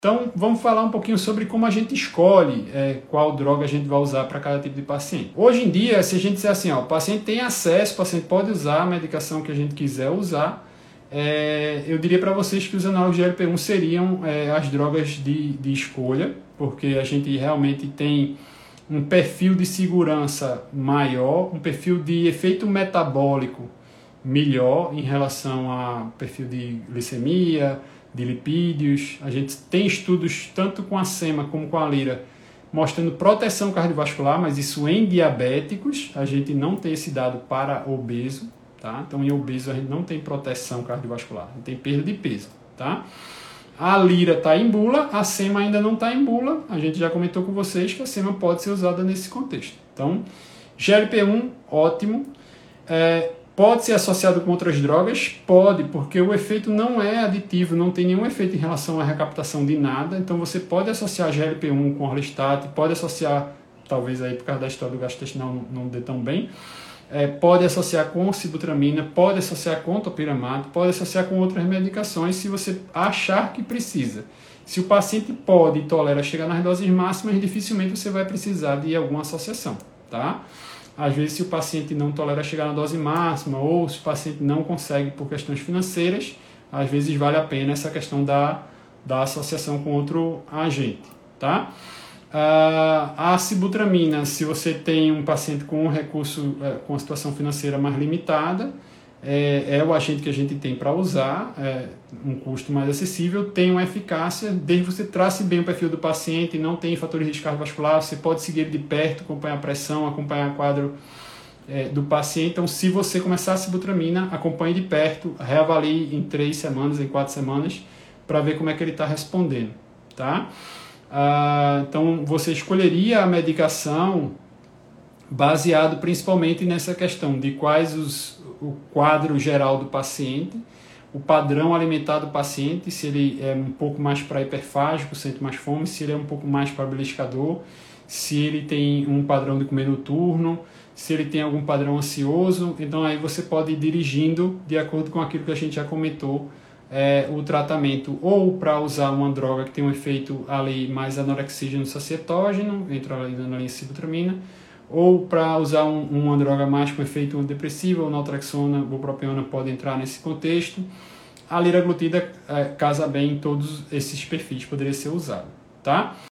Então, vamos falar um pouquinho sobre como a gente escolhe qual droga a gente vai usar para cada tipo de paciente. Hoje em dia, se a gente disser assim, o paciente tem acesso, o paciente pode usar a medicação que a gente quiser usar, eu diria para vocês que os análogos de GLP-1 seriam as drogas de escolha, porque a gente realmente tem um perfil de segurança maior, um perfil de efeito metabólico melhor em relação a perfil de glicemia, de lipídios. A gente tem estudos tanto com a SEMA como com a Lira mostrando proteção cardiovascular, mas isso em diabéticos. A gente não tem esse dado para obeso, tá? Então em obeso a gente não tem proteção cardiovascular, a gente tem perda de peso, tá? A Lira está em bula, a SEMA ainda não está em bula. A gente já comentou com vocês que a SEMA pode ser usada nesse contexto. Então, GLP-1, ótimo. Pode ser associado com outras drogas? Pode, porque o efeito não é aditivo, não tem nenhum efeito em relação à recaptação de nada. Então você pode associar GLP-1 com orlistat, pode associar, talvez aí por causa da história do gastrointestinal não dê tão bem, pode associar com sibutramina, pode associar com topiramato, pode associar com outras medicações se você achar que precisa. Se o paciente pode e tolera chegar nas doses máximas, dificilmente você vai precisar de alguma associação, tá? Às vezes, se o paciente não tolera chegar na dose máxima ou se o paciente não consegue por questões financeiras, às vezes vale a pena essa questão da associação com outro agente, tá? A sibutramina, se você tem um paciente com um recurso, com a situação financeira mais limitada, é o agente que a gente tem para usar, um custo mais acessível, tem uma eficácia, desde que você trace bem o perfil do paciente, não tem fatores de risco cardiovascular, você pode seguir ele de perto, acompanhar a pressão, acompanhar o quadro do paciente. Então, se você começar a sibutramina, acompanhe de perto, reavalie em 3 semanas, em 4 semanas, para ver como é que ele está respondendo, tá? Então, você escolheria a medicação baseado principalmente nessa questão de o quadro geral do paciente, o padrão alimentar do paciente, se ele é um pouco mais para hiperfágico, sente mais fome, se ele é um pouco mais para beliscador, se ele tem um padrão de comer noturno, se ele tem algum padrão ansioso. Então aí você pode ir dirigindo de acordo com aquilo que a gente já comentou, o tratamento, ou para usar uma droga que tem um efeito ali mais anorexígeno sacietógeno, entra ali na linha sibutramina, ou para usar uma droga mais com efeito antidepressivo, ou naltrexona, bupropiona pode entrar nesse contexto. A liraglutida casa bem em todos esses perfis, poderia ser usado, tá?